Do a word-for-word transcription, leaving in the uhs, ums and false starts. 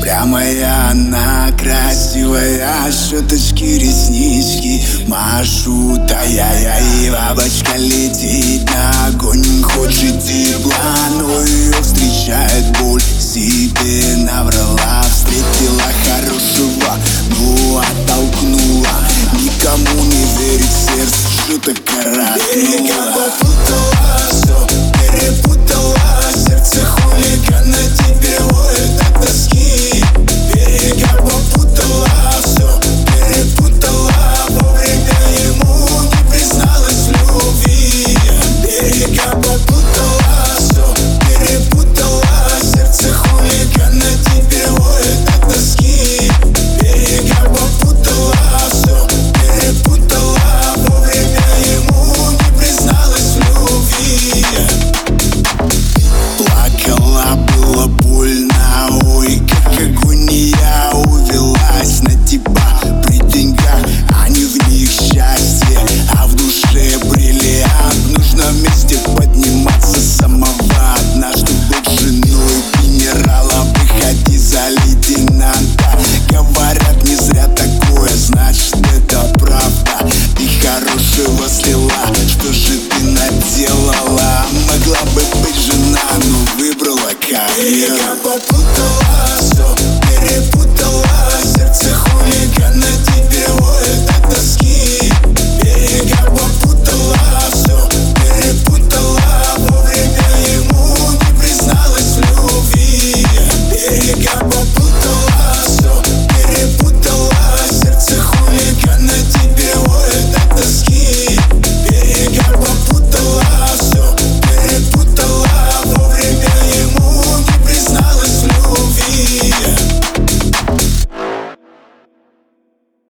Упрямая она, красивая, щеточки, реснички машут, ай-яй-яй, бабочка летит на огонь, хочет тепла, но ее встречает боль. Себе наврала, встретила хорошего, но оттолкнула. Никому не верит сердце, что-то коротнула. Попутала все, перепутала, сердце хулигана тебе воет от тоски. Берега попутала все, перепутала, вовремя ему не призналась в любви. Берега попутала все, перепутала, сердце хулигана тебе воет от тоски. Берега попутала все, перепутала, вовремя ему не призналась в любви. Плакала, было больно, ой, как агония, увелась на тебя. При деньгах, а не в них счастье, а в душе бриллиант. Нужно вместе подниматься с самого дна, чтоб быть женой генерала, выходи за лейтенанта. Говорят, не зря такое, значит это правда. Ты хорошего слила, что же ты наделала? Могла бы быть жена, но выбрала карьеру. Берега попутала все, перепутала, сердце хулигана тебе воет от тоски. Берега попутала все, перепутала, вовремя ему не призналась в любви. Берега